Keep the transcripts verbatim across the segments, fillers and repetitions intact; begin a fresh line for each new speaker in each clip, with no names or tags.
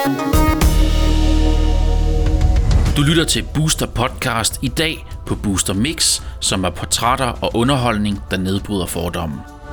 Du lytter til Booster Podcast i dag på Booster Mix, som er portrætter og underholdning, der nedbryder fordomme.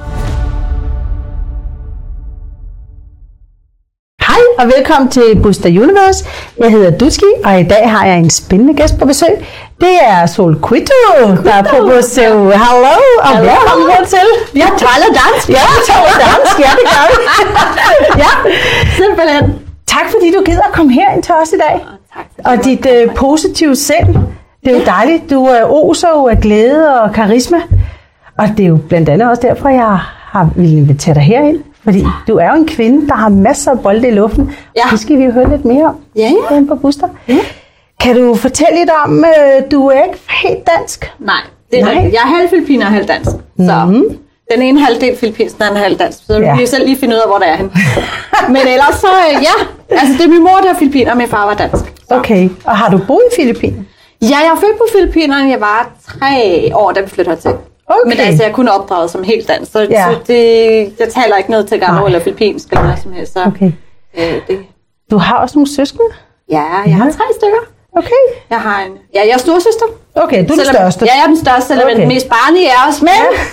Hej og velkommen til Booster Universe. Jeg hedder Dutski, og i dag har jeg en spændende gæst på besøg. Det er Sol Quito, der er på besøg. Hallo og velkommen hertil.
Jeg taler dansk.
Ja, jeg taler dansk. Ja, det gør vi. Ja, simpelthen. Tak fordi du gider at komme herind til os i dag. Og dit øh, positive sind. Det er jo dejligt. Du er oser jo af glæde og karisma. Og det er jo blandt andet også derfor, jeg har vil invitere dig herind. Fordi du er jo en kvinde, der har masser af bolde i luften.
Ja.
Det skal vi jo høre lidt mere om.
Ja, ja.
På Booster. Ja. Kan du fortælle lidt om, øh, du er ikke helt dansk?
Nej, det er rigtigt. Jeg er halv filipiner og halv dansk. Så
Mm-hmm.
den ene halvdel filipinsk, den anden halv dansk. Så
Ja.
vi kan selv lige finde ud af, hvor det er henne. Men ellers så, øh, ja. Altså det er min mor, der er filipiner, og min far var dansk. Så.
Okay, og har du boet i Filippinerne?
Ja, jeg er født på Filippinerne. Jeg var tre år, da vi flyttede hertil.
Okay.
Men altså, jeg kunne opdraget som helt dansk. Så,
Ja.
så det, jeg taler ikke noget til gammel eller filippinsk eller noget som helst. Så,
Okay.
øh, det.
Du har også nogle søskende?
Ja, jeg har tre stykker.
Okay.
Jeg har en, ja, jeg er storesøster.
Okay, du er den
Selvom-
største.
Ja, jeg er den største, selvom
Okay.
okay. den mest barnlige er os, men,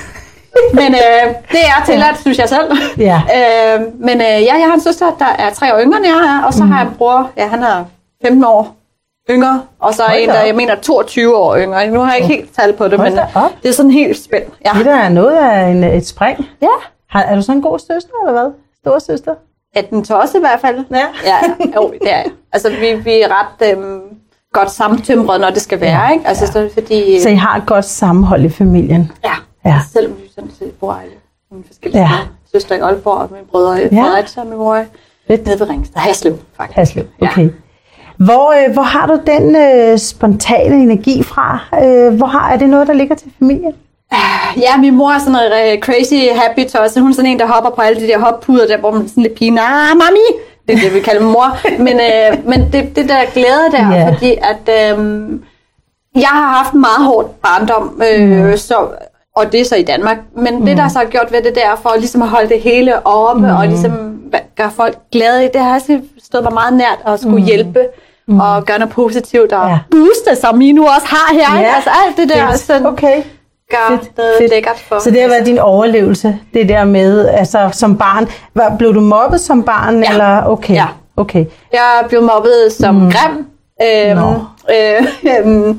men øh, det er tilladt, synes jeg selv.
Ja.
Øh, men øh, ja, jeg har en søster, der er tre år yngre end jeg er, og så mm. har jeg en bror, ja, han er femten år yngre, og så er
Hold
en,
da
der
op.
jeg mener toogtyve år yngre. Nu har jeg ikke helt tal på det,
Hold
men
da op.
det er sådan helt spændt. Ja.
Det der er noget af en, et spring.
Ja.
Har, er du så en god søster, eller hvad? Stor søster?
Ja, den tosset i hvert fald.
Ja.
Ja, jo, det er jeg. Altså, vi, vi er ret øhm, godt sammentømret, når det skal være,
Ja,
ikke? Altså,
ja.
så er det fordi...
Så I har et godt sammenhold i familien?
Ja,
Ja.
ja. Selvom vi sådan set bor i nogle forskellige
Ja.
steder. Søster i Aalborg, og min brødre i
Ja.
Fredericia, og min mor
Fedt.
nede ved Ringsted. Haslev, faktisk.
Haslev,
Ja.
okay. Hvor, øh, hvor har du den øh, spontane energi fra? Øh, hvor har, er det noget, der ligger til familien?
Ja, min mor er sådan en uh, crazy happy tosse. Hun er sådan en, der hopper på alle de der hoppuder, der hvor man sådan lidt pige, ah, mami! Det er det, vi kalder min mor. Men, øh, men det, det der glæde der,
Ja.
fordi at øh, jeg har haft en meget hård barndom, øh, mm. så, og det er så i Danmark. Men mm. det, der så har gjort ved det, det er for ligesom at holde det hele oppe, mm. og ligesom gøre folk glade. Det har altid stået mig meget nært at skulle mm. hjælpe. Mm. Og gøre noget positivt og
Ja.
booste, som I nu også har her.
Ja.
Ikke? Altså alt det der sådan,
Okay.
gør
Fedt,
det
fedt.
lækkert for.
Så det har været din overlevelse, det der med, altså som barn. Var, blev du mobbet som barn?
Ja.
Eller? Okay.
Ja.
Okay.
Jeg blev mobbet som mm. grim. Øhm,
Nå.
øh, øhm,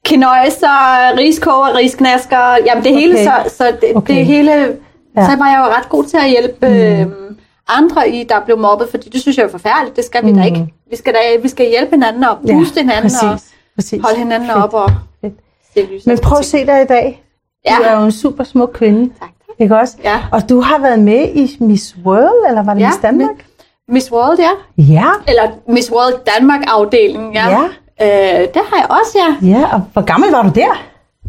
kinøjser, riskoger, risknasker. Jamen det hele,
Okay.
så, så det,
Okay.
det hele,
Ja.
så var jeg jo ret god til at hjælpe mm. øhm, andre i, der blev mobbet, fordi det synes jeg er forfærdeligt. Det skal vi
Mm.
da ikke. Vi skal, da, vi skal hjælpe hinanden og
Ja,
booste hinanden
præcis,
og
præcis.
holde hinanden
Fedt.
op og
Fedt.
se lyset.
Men prøv at se dig i dag.
Ja.
Du er jo en super smuk kvinde.
Tak.
Ikke også?
Ja.
Og du har været med i Miss World, eller var det
Ja,
Miss Danmark?
Miss World, ja.
Ja.
Eller Miss World Danmark-afdelingen, ja.
Ja.
Øh, det har jeg også, ja.
Ja, og hvor gammel var du der?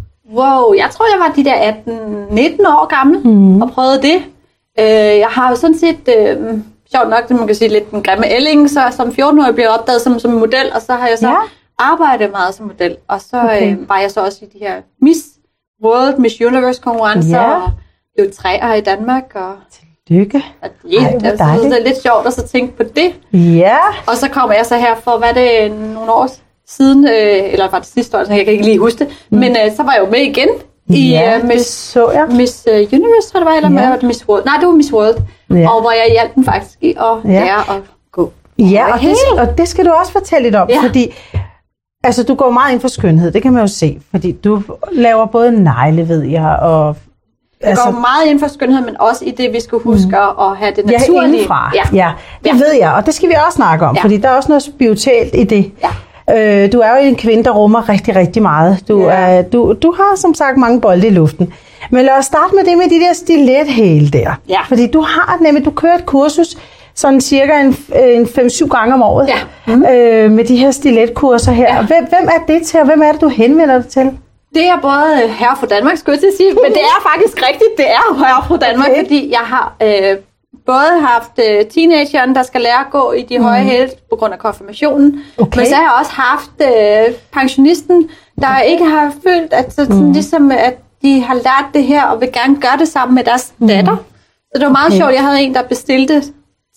Wow, jeg tror, jeg var de der atten nitten år gammel mm. og prøvede det. Øh, jeg har jo sådan set, øh, sjovt nok, man kan sige lidt den grimme ælling, så som fjorten-årig blev jeg opdaget som, som model, og så har jeg så
Ja.
arbejdet meget som model. Og så
Okay.
øh, var jeg så også i de her Miss World, Miss Universe konkurrencer,
Ja.
og blev træer i Danmark. Og,
Lykke.
og det,
Ej, hvor
det,
dejligt.
det er lidt sjovt at så tænke på det.
Ja.
Og så kommer jeg så her for, hvad er det, nogle år siden, øh, eller var det sidste år, så jeg kan ikke lige huske det, mm. men øh, så var jeg jo med igen i
Ja,
øh,
det
Miss,
så jeg.
Miss uh, Universe, tror jeg det var, eller
Ja.
ja. var det Miss World? Nej, det var Miss World,
Ja.
og hvor jeg hjalp den faktisk i at
Ja.
lære at gå.
Ja, og
Hele.
det, og det skal du også fortælle lidt om,
Ja.
fordi altså, du går meget ind for skønhed, det kan man jo se, fordi du laver både negle, ved jeg, og
Jeg altså, går meget ind for skønhed, men også i det, vi skal huske mm. at have det naturlige.
Ja, indenfra.
Ja.
Ja, det
Ja.
ved jeg, og det skal vi også snakke om,
Ja.
fordi der er også noget spirituelt i det.
Ja.
Øh, du er jo en kvinde, der rummer rigtig, rigtig meget. Du,
Ja.
er, du, du har som sagt mange bolde i luften. Men lad os starte med det med de der stilethæle der.
Ja.
Fordi du har nemlig, du kører et kursus sådan cirka en, en fem syv gange om året.
Ja. Mm.
Øh, med de her stiletkurser her.
Ja.
Hvem, hvem er det til, og hvem er det, du henvender dig til?
Det er både herre fra Danmark, skulle jeg til at sige, men det er faktisk rigtigt, det er herre fra Danmark,
Okay.
fordi jeg har øh, både haft øh, teenageren, der skal lære at gå i de mm. høje hæle på grund af konfirmationen,
Okay.
men så har jeg også haft øh, pensionisten, der okay. ikke har følt, at, så, sådan, mm. ligesom, at de har lært det her og vil gerne gøre det sammen med deres mm. datter. Så det var meget
Okay.
sjovt, jeg havde en, der bestilte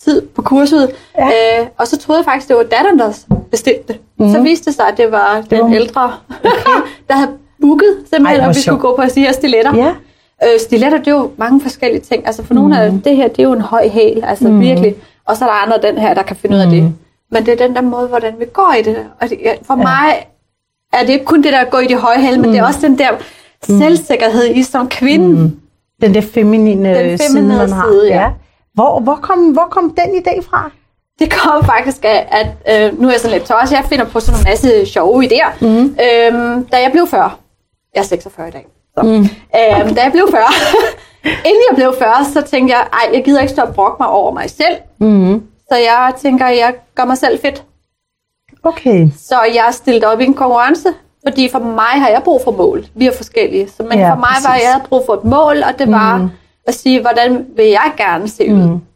tid på kurset. Ja. Øh, og så troede jeg faktisk, det var datteren, der bestilte det. Mm. Så viste det sig, at det var det den var... ældre, okay. der havde booket simpelthen, at vi skulle gå på de her stiletter. Ja. Øh, stiletter, det er jo mange forskellige ting. Altså for mm. nogle af det her, det er jo en høj hæl, altså mm. virkelig. Og så er der andre den her, der kan finde ud af det. Men det er den der måde, hvordan vi går i det. Og det, for ja. mig er det ikke kun det der at gå i de høje hæle, men mm. det er også den der mm. selvsikkerhed i som kvinde. Mm.
Den der feminine,
den feminine side, man
side, ja. ja. Hvor, hvor, kom, hvor kom den idé fra?
Det kom faktisk af, at øh, nu er jeg sådan lidt tosset, jeg finder på sådan en masse sjove idéer. Mm. Øhm, da jeg blev fyrre, jeg er seksogfyrre i dag, så. Mm. Øhm, da jeg blev fyrre, inden jeg blev fyrre, så tænkte jeg, ej, jeg gider ikke stå og brokke mig over mig selv. Mm. Så jeg tænker, jeg gør mig selv fedt.
Okay.
Så jeg stillede op i en konkurrence, fordi for mig har jeg brug for mål. Vi er forskellige. Så, men ja, for mig præcis. var jeg havde brug for et mål, og det var mm. at sige, hvordan vil jeg gerne se ud. Mm.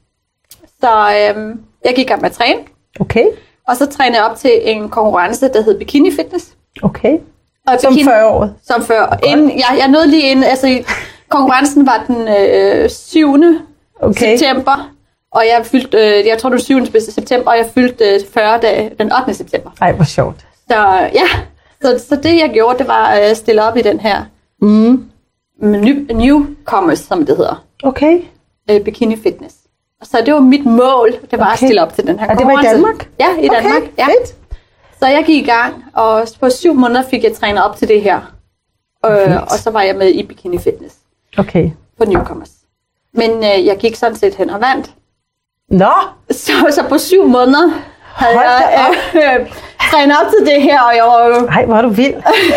Så øhm, jeg gik i gang med at træne.
Okay.
Og så trænede jeg op til en konkurrence, der hed Bikini Fitness.
Okay.
Og
som
bikini,
fyrre år?
Som fyrre. Inden, jeg, jeg nåede lige inden, altså konkurrencen var den øh, syvende Okay. september. Og jeg fyldte, øh, jeg tror det var syvende september, og jeg fyldte øh, fyrre dage, den ottende september.
Ej, hvor sjovt.
Så ja, så, så det jeg gjorde, det var at stille op i den her mm. new, newcomers, som det hedder.
Okay.
Øh, Bikini Fitness. Så det var mit mål, det var okay. at stille op til den her
konkurrence. Og det var i Danmark?
Ja, i Danmark.
Okay,
ja.
Fedt.
Så jeg gik i gang, og på syv måneder fik jeg trænet op til det her. Øh, og så var jeg med i Bikini Fitness.
Okay.
På newcomers. Men øh, jeg gik sådan set hen og vandt.
Nå!
Så, så på syv måneder havde Hold jeg øh, øh, trænet op til det her, og jeg var jo...
Ej, hvor er du vild.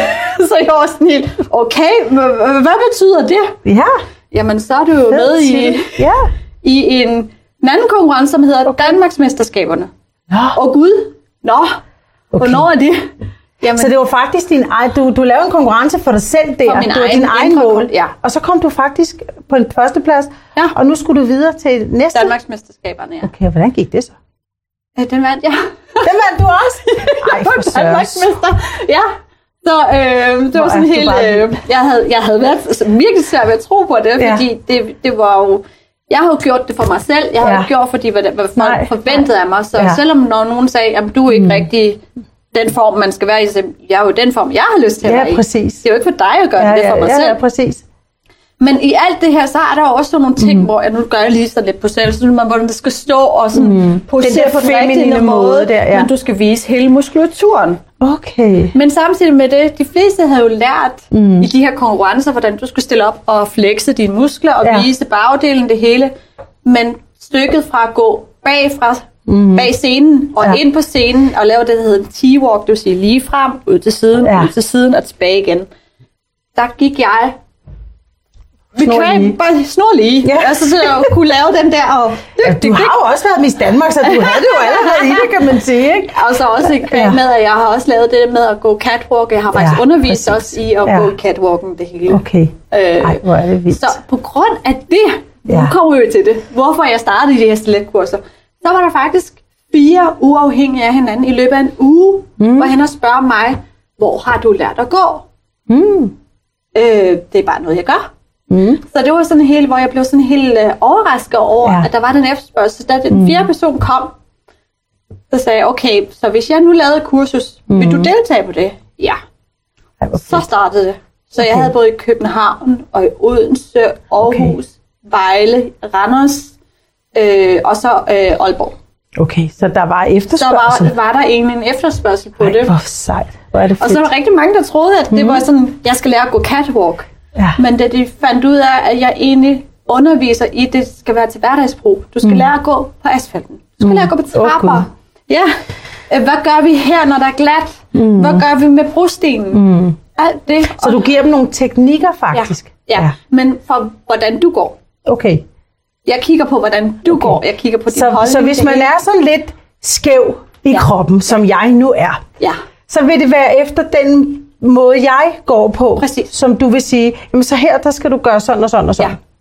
Så jeg var sådan helt, okay, hvad betyder det?
Ja.
Jamen, så er du jo med i,
ja.
i en, en anden konkurrence, som hedder okay. Danmarksmesterskaberne.
Nå.
Og gud, nå, okay. Hvornår er det?
Jamen, så det var faktisk din egen, du, du lavede en konkurrence for dig selv der,
det
var din egen mål,
ja.
Og så kom du faktisk på en førsteplads,
ja.
Og nu skulle du videre til næste?
Danmarksmesterskaberne, ja.
Okay, hvordan gik det så?
Ja, den vandt jeg.
Den vandt du også? Ej, for søs.
Danmarksmester, ja. Så øh, det var sådan helt, øh, jeg, havde, jeg havde været altså, virkelig svært ved at tro på det, fordi ja. det, det var jo, jeg havde gjort det for mig selv, jeg havde ja. gjort fordi, hvad, hvad folk Nej. forventede af mig, så ja. selvom når nogen sagde, at du er ikke mm. rigtig den form, man skal være i, så jeg er jo den form, jeg har lyst til at
ja,
være i.
Præcis.
Det er jo ikke for dig at gøre
ja,
det for mig
ja,
selv.
Ja, præcis.
Men i alt det her, så er der jo også nogle ting, mm. hvor jeg nu gør jeg lige sådan lidt på selv, så man, hvordan det skal stå og sådan mm. posere på den rigtige måde, der, ja. Men du skal vise hele muskulaturen.
Okay.
Men samtidig med det, de fleste havde jo lært mm. i de her konkurrencer, hvordan du skulle stille op og flexe dine muskler og ja. vise bagdelen, det hele. Men stykket fra at gå bagfra, mm. bag scenen og ja. ind på scenen og lave det, der hedder en T-walk, det vil sige lige frem, ud til siden, ja. ud til siden og tilbage igen. Der gik jeg bekvæm, bare snor lige, ja. altså, så jeg kunne lave den der. Og
ja, du har jo også været Miss Danmark, så du havde det jo allerede i det, kan man sige, ikke?
Og så også ja. med, at jeg har også lavet det med at gå catwalk. Jeg har faktisk ja, undervist præcis. også i at ja. gå catwalken, det hele.
Okay. Ej, hvor er det vildt.
Så på grund af det, ja. nu kommer vi til det, hvorfor jeg startede i de her stiletkurser, så var der faktisk fire uafhængige af hinanden i løbet af en uge, mm. hvor han har spørget mig, hvor har du lært at gå? Mm. Øh, det er bare noget, jeg gør. Mm. Så det var sådan helt, hvor jeg blev sådan helt øh, overrasket over, ja. at der var den efterspørgsel. Da den fjerde person kom, så sagde jeg, okay, så hvis jeg nu lavede et kursus, mm. vil du deltage på det? Ja. Ej, så startede det. Så okay. jeg havde både i København, og i Odense, Aarhus, okay. Vejle, Randers, øh, og så øh, Aalborg.
Okay, så der var efterspørgsel?
Så var, var der egentlig en efterspørgsel på
Ej,
det.
hvor sejt. Hvor er det fedt.
Og så var der rigtig mange, der troede, at det mm. var sådan, jeg skal lære at gå catwalk. Ja. Men da de fandt ud af, at jeg egentlig underviser i, det skal være til hverdagsbrug. Du skal mm. lære at gå på asfalten. Du skal mm. lære at gå på trapper. Okay. Ja. Hvad gør vi her, når der er glat? Mm. Hvad gør vi med brostenen? Mm. Alt det.
Så du giver dem nogle teknikker faktisk?
Ja, ja. ja. Men for hvordan du går.
Okay.
Jeg kigger på, hvordan du okay. går. Jeg kigger på din
så,
holdning.
Så hvis man er sådan lidt skæv i ja. kroppen, som jeg nu er,
ja.
så vil det være efter den måde, jeg går på,
Præcis.
som du vil sige, jamen så her, der skal du gøre sådan og sådan og sådan.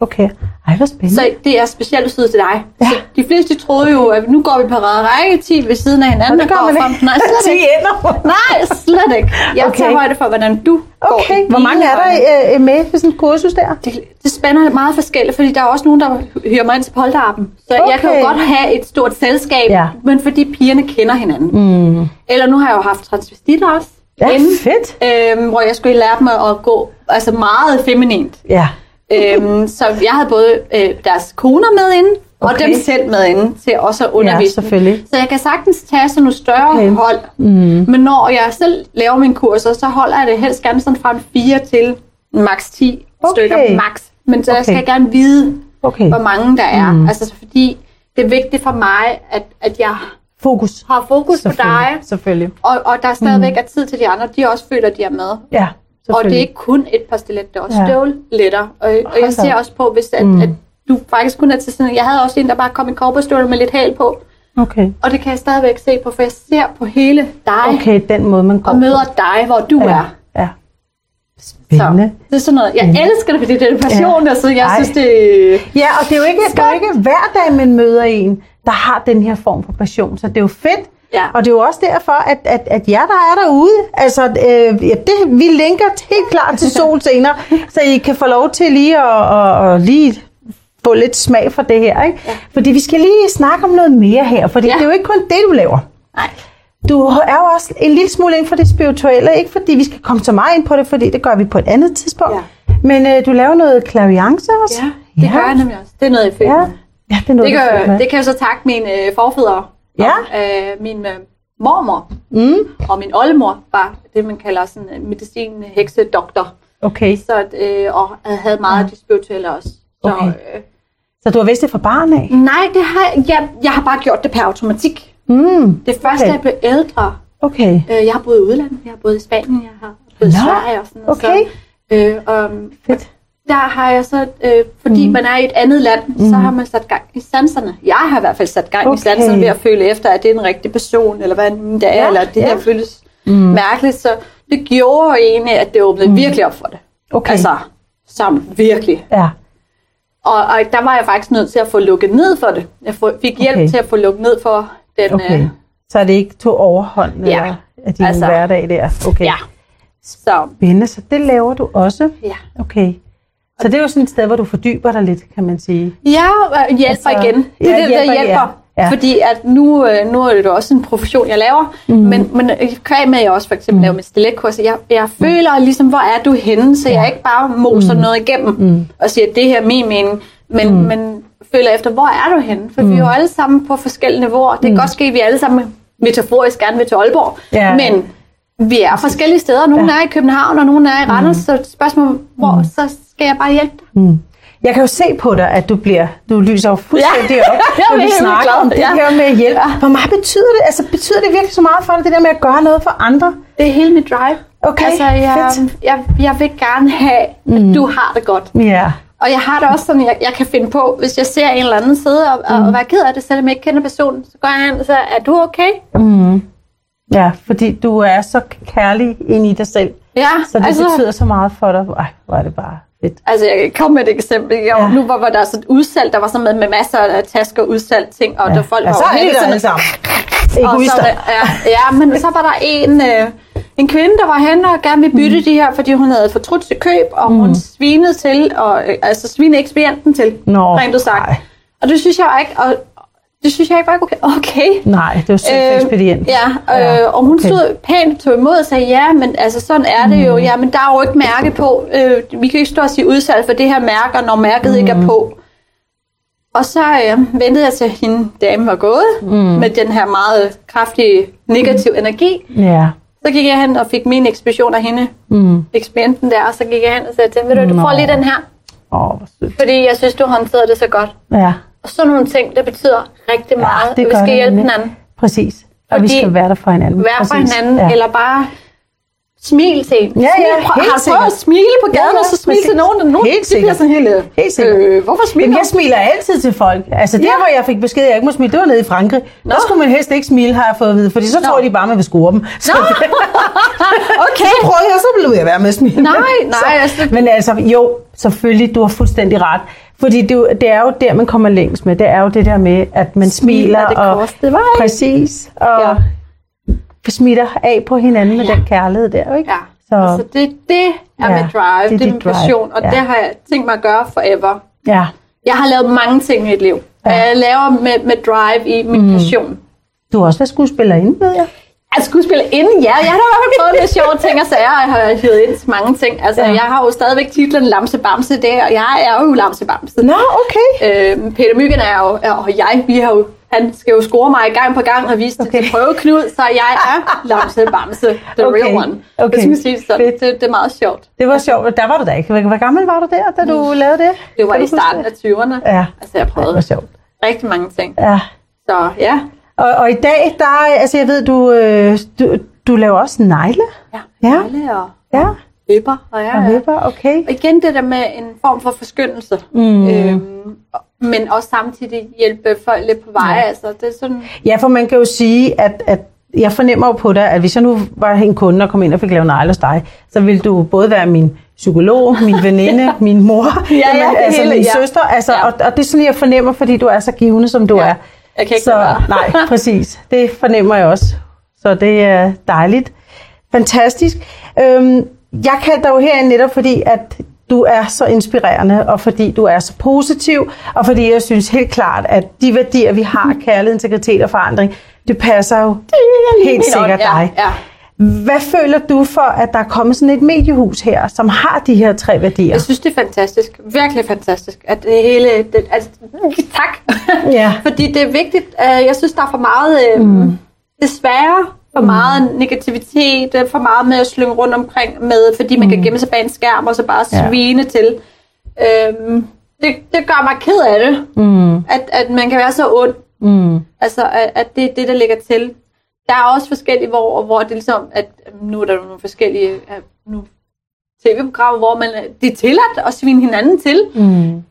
Okay. Ej, hvor spændende.
Så det er specielt betydet til dig.
Ja.
Så de fleste troede jo, at nu går vi på række ti ved siden af hinanden.
Og det gør man
frem.
ikke.
Nej, slet ikke. Nej, slet ikke. Jeg
Okay.
tager højde for, hvordan du
Okay,
går.
hvor mange er der øh, med på sådan et kursus der?
Det, det spænder meget forskelligt, fordi der er også nogen, der hører mig ind til polterappen. Så okay. jeg kan jo godt have et stort selskab,
ja.
men fordi pigerne kender hinanden. Mm. Eller nu har jeg jo haft transvestitter også.
Ja,
inden,
fedt.
Øhm, hvor jeg skulle lære dem at gå altså meget feminint.
Ja.
øhm, så jeg havde både øh, deres koner med inde, og
Okay.
dem selv med inde til også at undervise.
Ja, selvfølgelig.
Så jeg kan sagtens tage sådan nogle større
Okay.
hold. Mm. Men når jeg selv laver mine kurser, så holder jeg det helst gerne sådan fra fire til max ti
Okay.
stykker max. Men så
Okay.
jeg skal gerne vide,
Okay.
hvor mange der er.
Mm.
Altså fordi det er vigtigt for mig, at, at jeg
Fokus.
har fokus på dig,
Selvfølgelig.
og, og der stadigvæk mm. er tid til de andre. De også føler, at de er med.
Ja,
Og det er ikke kun et par stiletter, det er også
Ja.
støvletter. Og, og jeg ser også på, hvis at,
Mm.
at du faktisk kun er til sådan. Jeg havde også en, der bare kom i cowboystøvler med lidt hal på.
Okay.
Og det kan jeg stadigvæk se på, for jeg ser på hele dig.
Okay, den måde man går
Og møder
på.
dig, hvor du
Ja.
er.
Ja.
Så
Spændende.
det er sådan noget. Jeg
Spændende.
elsker det, fordi det er passion,
Ja.
og så jeg
Ej.
synes, det
Ja, og det er jo ikke, det er jo ikke hver dag, man møder en, der har den her form for passion. Så det er jo fedt.
Ja.
Og det er jo også derfor, at, at, at jer, der er derude, altså, øh, ja, det, vi linker helt klart til Sol senere, så I kan få lov til lige at, at, at lige få lidt smag for det her. Ikke?
Ja.
Fordi vi skal lige snakke om noget mere her, fordi
Ja.
det er jo ikke kun det, du laver.
Nej.
Du er jo også en lille smule inden for det spirituelle, ikke fordi vi skal komme så meget ind på det, fordi det gør vi på et andet tidspunkt.
Ja.
Men øh, du laver noget klaviance også.
Ja, det gør jeg nemlig også. Det er noget, jeg føler.
Ja. Ja, det er noget,
Det,
du føler
kan,
med.
det kan jeg så takke mine øh, forfædre.
Ja.
Og, øh, min øh, mormor
Mm.
og min oldemor var det, man kalder sådan en medicin-heksedoktor.
Okay.
Så, øh, og havde meget af de spirituelle også. Så,
Okay.
øh,
Så du har vidst det fra barn af?
nej, det har jeg, jeg, jeg har bare gjort det per automatik.
Mm.
Det første,
Okay.
jeg blev ældre,
Okay.
øh, jeg har boet i udlandet, jeg har boet i Spanien, jeg har boet i
Nå,
Sverige og sådan noget.
okay.
Så, øh, um,
Fedt.
der har jeg så, øh, fordi mm. man er i et andet land, mm. så har man sat gang i sanserne. Jeg har i hvert fald sat gang
Okay.
i sanserne ved at føle efter, at det er en rigtig person, eller hvad det er,
Ja,
eller det
ja.
her føles
Mm.
mærkeligt. Så det gjorde egentlig, at det åbnede mm. virkelig op for det.
Okay.
Altså, sammen virkelig.
Ja.
Og, og der var jeg faktisk nødt til at få lukket ned for det. Jeg fik hjælp
Okay.
til at få lukket ned for den...
Okay.
Øh,
Så er det ikke to overhånd
Ja.
eller af din
Altså,
hverdag der? Okay.
ja. Så,
Spændende. Så det laver du også?
ja.
Okay. Så det er jo sådan et sted, hvor du fordyber dig lidt, kan man sige.
Ja, og hjælper
Altså,
igen. Det
ja,
er det, der
hjælper,
hjælper.
ja. Ja.
Fordi at nu, øh, nu er det jo også en profession, jeg laver. Mm. Men, men kvæg med, at jeg også for eksempel mm. laver mit stiletkurser. Jeg, jeg mm. føler ligesom, hvor er du henne? Så ja. jeg ikke bare moser mm. noget igennem mm. og siger, at det her er min mening. Men, mm. men føler efter, hvor er du henne? For mm. vi er jo alle sammen på forskellige niveauer. Det kan mm. godt ske, at vi alle sammen metaforisk gerne vil til Aalborg.
Ja.
Men vi er forskellige steder. Nogle ja. er i København, og nogle er i Randers. Mm. Så spørgsmålet, hvor mm. så skal jeg bare hjælpe dig?
Mm. Jeg kan jo se på dig, at du bliver, du lyser jo fuldstændig
Ja.
op,
Jeg er
når vi
helt
snakker
glad.
om det
Ja.
her med hjælp.
Ja.
Hvor meget betyder det? Altså, betyder det virkelig så meget for dig, det der med at gøre noget for andre?
Det er hele mit drive.
Okay,
altså, jeg,
fedt.
jeg, jeg vil gerne have, at
Mm.
du har det godt.
Ja.
Og jeg har det også sådan, jeg, jeg kan finde på, hvis jeg ser en eller anden sidde og, og, og være ked af det, selvom jeg ikke kender personen, så går jeg hen og siger, er du okay?
Mm. Ja, fordi du er så kærlig ind i dig selv.
Ja,
Så det
altså,
betyder så meget for dig. Ej, hvor er det bare fedt.
altså jeg kan komme med et eksempel. Jeg,
Ja.
Nu var, var der sådan et udsalg, der var sådan med, med masser af tasker, udsalg ting, og
Ja.
der folk
Ja,
var
så
jo
er det
helt
der
sådan-
alle sammen.
Og så,
Egoister.
var der- ja, ja, men så var der en, øh, en kvinde, der var henne og gerne ville bytte mm. de her, fordi hun havde fortrudt sit køb, og mm. hun svinede til, og, øh, altså svinede ekspedienten til,
Nå,
rent ud sagt.
nej.
Og det synes jeg ikke, og det synes jeg ikke var okay. okay.
Nej, det var synd for ekspedienten.
Ja, øh,
Ja,
og hun
okay.
stod pænt tog imod og sagde, ja, men altså sådan er det jo. Ja, men der er jo ikke mærke på. Øh, vi kan ikke stå og sige udsalg for det her mærker, når mærket mm. ikke er på. Og så øh, ventede jeg til, at hende dame var gået mm. med den her meget kraftige negativ energi.
Ja.
Så gik jeg hen og fik min ekspedition af hende,
Mm.
ekspedienten der, og så gik jeg hen og sagde til hende, ved du, du
Nå.
får lige den her,
Åh, hvor sødt.
fordi jeg synes, du håndterede det så godt.
Ja.
Og sådan nogle ting, det betyder rigtig meget,
ja,
at vi
gør
skal
det
hjælpe
nemlig.
hinanden.
Præcis. Og vi
Fordi
skal være der for hinanden.
Være for
Præcis.
hinanden,
Ja.
eller bare smil til en.
Ja, ja,
Smil.
helt
Har du prøvet
sikkert.
at smile på gaden,
Ja, ja,
og så smile
præcis.
til nogen, og nogen
Helt
de bliver
sikkert.
sådan helt,
Helt sikkert.
øh, hvorfor smiler
Jamen,
du?
jeg smiler altid til folk. Altså der,
Ja.
hvor jeg fik besked, at jeg ikke må smile, det var nede i Frankrig.
Nå.
Der skulle man helst ikke smile, har jeg fået at vide, fordi så
Nå.
tror de bare, man vil score dem. Så,
Okay.
så prøvede jeg, så blev jeg være med at smile.
Nej, nej,
Så,
altså-
men altså, jo, selvfølgelig, du har fuldstændig ret. Fordi det, det er jo der, man kommer længst med. Det er jo det der med, at man smiler.
Det
og
korteste vej.
Præcis. Og ja. smitter af på hinanden med ja. den kærlighed der, ikke?
Ja.
Så
altså det, det er
ja,
mit drive, det er, det er min
drive.
passion, og
ja.
det har jeg tænkt mig at gøre forever.
Ja.
Jeg har lavet mange ting i mit liv. Ja. Jeg laver med, med drive i min mm. passion.
Du har også været skuespillerinde, ved jeg.
Jeg skuespiller inden, ja. Jeg har da i hvert fald prøvet med sjove ting og sager, og jeg har hyret ind til mange ting. Altså, ja. jeg har jo stadigvæk titlen Lamse Bamse der, og jeg er jo Lamse Bamse.
Nå, okay.
Øhm, Peter Myggen er jo, og jeg, vi har jo, han skal jo score mig gang på gang og vise det okay. til prøveknud, så jeg er Lamse Bamse, the okay. real one.
Okay.
Det, sige sådan. Det, det er meget sjovt.
Det var sjovt. Der var du da ikke. Hvor gammel var du der, da du mm. lavede det?
Det var i starten af tyverne.
Ja.
Altså, jeg prøvede
det var sjovt.
rigtig mange ting.
Ja.
Så, ja.
Og, og i dag, der, altså jeg ved, du, øh, du, du laver også negle.
Ja,
ja.
negle og
ja.
vipper. Og, ja,
og vipper, okay.
Og igen det der med en form for forskyndelse. Mm. Øhm, men også samtidig hjælpe folk lidt på vej. Ja. Altså, det er sådan...
ja, for man kan jo sige, at, at jeg fornemmer jo på dig, at hvis jeg nu var en kunde og kom ind og fik lavet negle hos dig, så ville du både være min psykolog, min veninde, ja. min mor,
ja, ja,
jamen, altså
hele,
min
ja.
søster. Altså,
ja.
og, og det er sådan, jeg fornemmer, fordi du er så givende, som du
ja.
er.
Jeg kan ikke
så, nej, præcis. Det fornemmer jeg også. Så det er dejligt. Fantastisk. Øhm, jeg kan dog herinde netop, fordi at du er så inspirerende, og fordi du er så positiv, og fordi jeg synes helt klart, at de værdier, vi har, kærlighed, integritet og forandring, det passer jo helt sikkert dig.
Ja, ja.
Hvad føler du for, at der er kommet sådan et mediehus her, som har de her tre værdier?
Jeg synes, det er fantastisk. Virkelig fantastisk. At det hele... Det, altså, tak.
Ja.
Fordi det er vigtigt. Jeg synes, der er for meget... Mm. Desværre for meget mm. negativitet, for meget med at slynge rundt omkring med, fordi man mm. kan gemme sig bag en skærm og så bare svine ja. til. Øhm, det, det gør mig ked af det. Mm. At, at man kan være så ond. Mm. Altså, at, at det er det, der ligger til. Der er også forskellige, hvor, hvor det er ligesom, at nu er der nogle forskellige nu tv-programmer, hvor man, det er tilladt at svine hinanden til. Mm.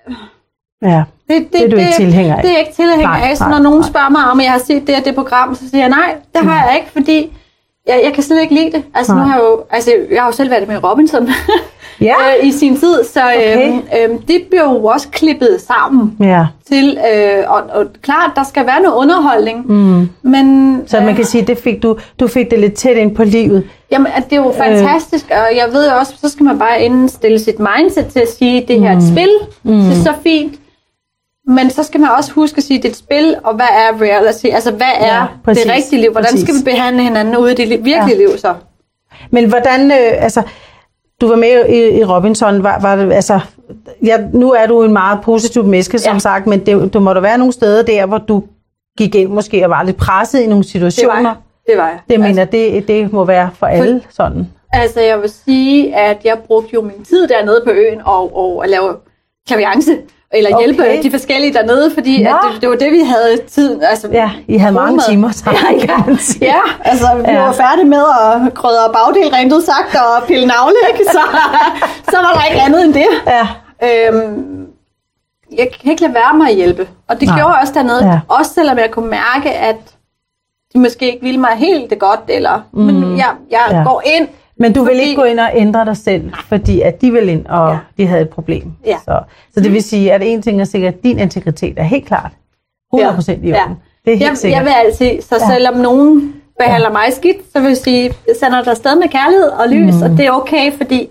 Ja, det, det, det er du ikke tilhænger af.
Det er jeg ikke tilhænger af. Så når nogen spørger mig, om jeg har set det og det program, så siger jeg nej, det har mm. jeg ikke, fordi jeg, jeg kan slet ikke lide det. Altså, nu har jeg, jo, altså, jeg har jo selv været med Robinson ja. øh, i sin tid, så okay. øhm, øhm, det bliver jo også klippet sammen ja. til, øh, og, og klart, der skal være noget underholdning. Mm. Men,
så man øh, kan sige, det fik du, du fik det lidt tæt ind på livet.
Jamen, det er jo fantastisk, øh. og jeg ved jo også, så skal man bare indstille sit mindset til at sige, at det her er et mm. spil, mm. det er så fint. Men så skal man også huske at sige, at det er et spil, og hvad er reality? Altså, hvad er ja, præcis, det rigtige liv? Hvordan præcis. skal vi behandle hinanden ude i det virkelige ja. liv så?
Men hvordan, øh, altså, du var med i, i Robinson, var, var det, altså, ja, nu er du en meget positiv menneske, som ja. sagt, men det, du må da være nogle steder der, hvor du gik ind måske og var lidt presset i nogle situationer.
Det var jeg. Det, var jeg.
det mener altså, det, det må være for alle for, sådan.
Altså, jeg vil sige, at jeg brugte jo min tid dernede på øen og, og at lave klaviance. Eller hjælpe okay. de forskellige dernede, fordi at det, det var det, vi havde tid. Altså,
ja, I havde mange med. timer sammen.
Ja, ja. ja, altså vi ja. var færdige med at krydre bagdel rent udsagt og pille navle, ikke? Så, så var der ikke andet end det. Ja. Øhm, jeg kan ikke lade være med at hjælpe. Og det Nej. gjorde jeg også dernede. Ja. Også selvom jeg kunne mærke, at de måske ikke ville mig helt det godt. Eller, mm. Men jeg, jeg ja. går ind.
Men du vil ikke gå ind og ændre dig selv, fordi at de vil ind, og ja. de havde et problem. Ja. Så, så det vil sige, at en ting er sikkert, at din integritet er helt klart hundrede procent i orden. Ja. Det er helt
jeg,
sikkert.
Jeg vil altid, så ja. selvom nogen behandler ja. mig skidt, så vil jeg sige, jeg sender dig afsted med kærlighed og lys, mm. og det er okay, fordi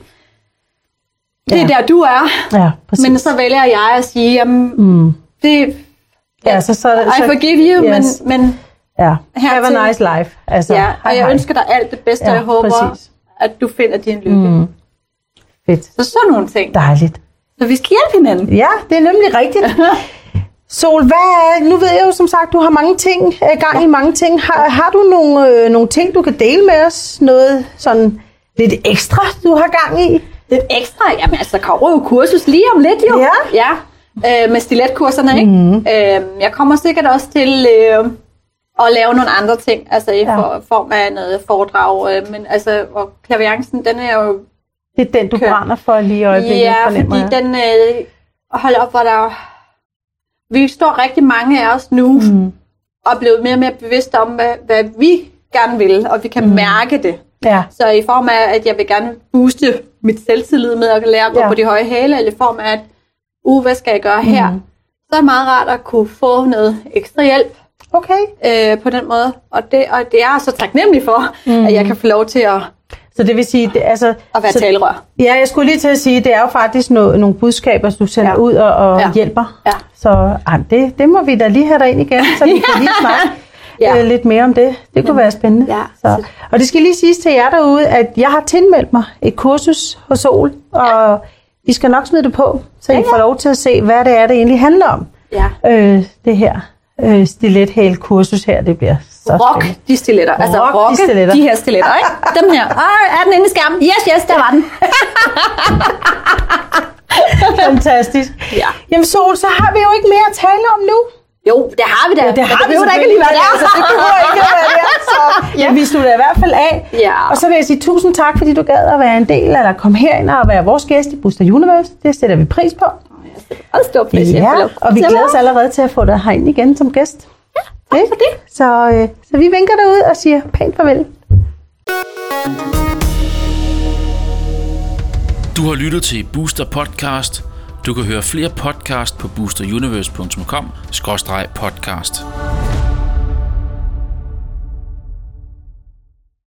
det er ja. der, du er. Ja, men så vælger jeg at sige, jamen, mm. det,
ja, så, så,
I
så,
forgive you,
yes.
men, men
ja. have a nice life. Altså,
ja, og hej, jeg hej. ønsker dig alt det bedste, ja, og jeg håber, præcis. at du finder din lykke. Mm.
Fedt.
Så sådan nogle ting.
Dejligt.
Så vi skal hjælpe hinanden.
Ja, det er nemlig rigtigt. Sol, hvad, nu ved jeg jo som sagt, du har mange ting, gang ja. i mange ting. Har, har du nogle, øh, nogle ting, du kan dele med os? Noget sådan lidt ekstra, du har gang i?
Lidt ekstra? Jamen altså, der kommer jo kursus lige om lidt jo.
Ja.
Ja, øh, med stiletkurserne, ikke? Mm. Øh, jeg kommer sikkert også til øh, at lave nogle andre ting, altså i ja. for, form af noget foredrag. Øh, men altså, og klaviancen, den er jo...
Det er den, du brænder for lige i øjeblikket,
ja, fornemmer jeg. Ja, fordi den... Øh, hold op, hvor der... Vi står rigtig mange af os nu, mm. og er blevet mere og mere bevidste om, hvad, hvad vi gerne vil, og vi kan mm. mærke det. Ja. Så i form af, at jeg vil gerne booste mit selvtillid med at lære at gå ja. på de høje hæle, eller i form af, at uh, hvad skal jeg gøre her? Mm. Så er det meget rart at kunne få noget ekstra hjælp.
Okay.
Øh, på den måde. Og det, og det er jeg så taknemmelig for, mm. at jeg kan få lov til at,
så det vil sige, det, altså,
at være
så,
talerør.
Ja, jeg skulle lige til at sige, det er jo faktisk no, nogle budskaber, du sender ja. ud og, og ja. hjælper. Ja. Så ej, det, det må vi da lige have dig ind igen, så vi kan lige snakke ja. øh, lidt mere om det. Det kunne være spændende. Ja. Så. Og det skal lige siges til jer derude, at jeg har tilmeldt mig et kursus hos Sol, og ja. I skal nok smide det på, så I ja, ja. får lov til at se, hvad det er, det egentlig handler om. Ja. Øh, det her øh, stilethæl-kursus her, det bliver så
rock
spændende.
de stiletter. Altså
rock,
rock
de stiletter.
De her stiletter, ikke? Dem her. Åh, er den inde i skærmen? Yes, yes, der var den.
Fantastisk.
Ja.
Jamen Sol, så har vi jo ikke mere at tale om nu.
Jo, det har vi da.
Ja, det har vi jo da ikke lige været der. Altså, det behøver ikke at være der. Så ja. vi slutter i hvert fald af. Ja. Og så vil jeg sige tusind tak, fordi du gad at være en del, eller komme herind og være vores gæst i Booster Universe. Det sætter vi pris på.
Og stor pris.
Ja, og vi glæder os allerede til at få dig herind igen som gæst.
Ja, tak for det.
Så, øh, så vi vinker derud og siger pænt farvel.
Du har lyttet til Booster Podcast. Du kan høre flere podcast på booster universe punktum com skråstreg podcast.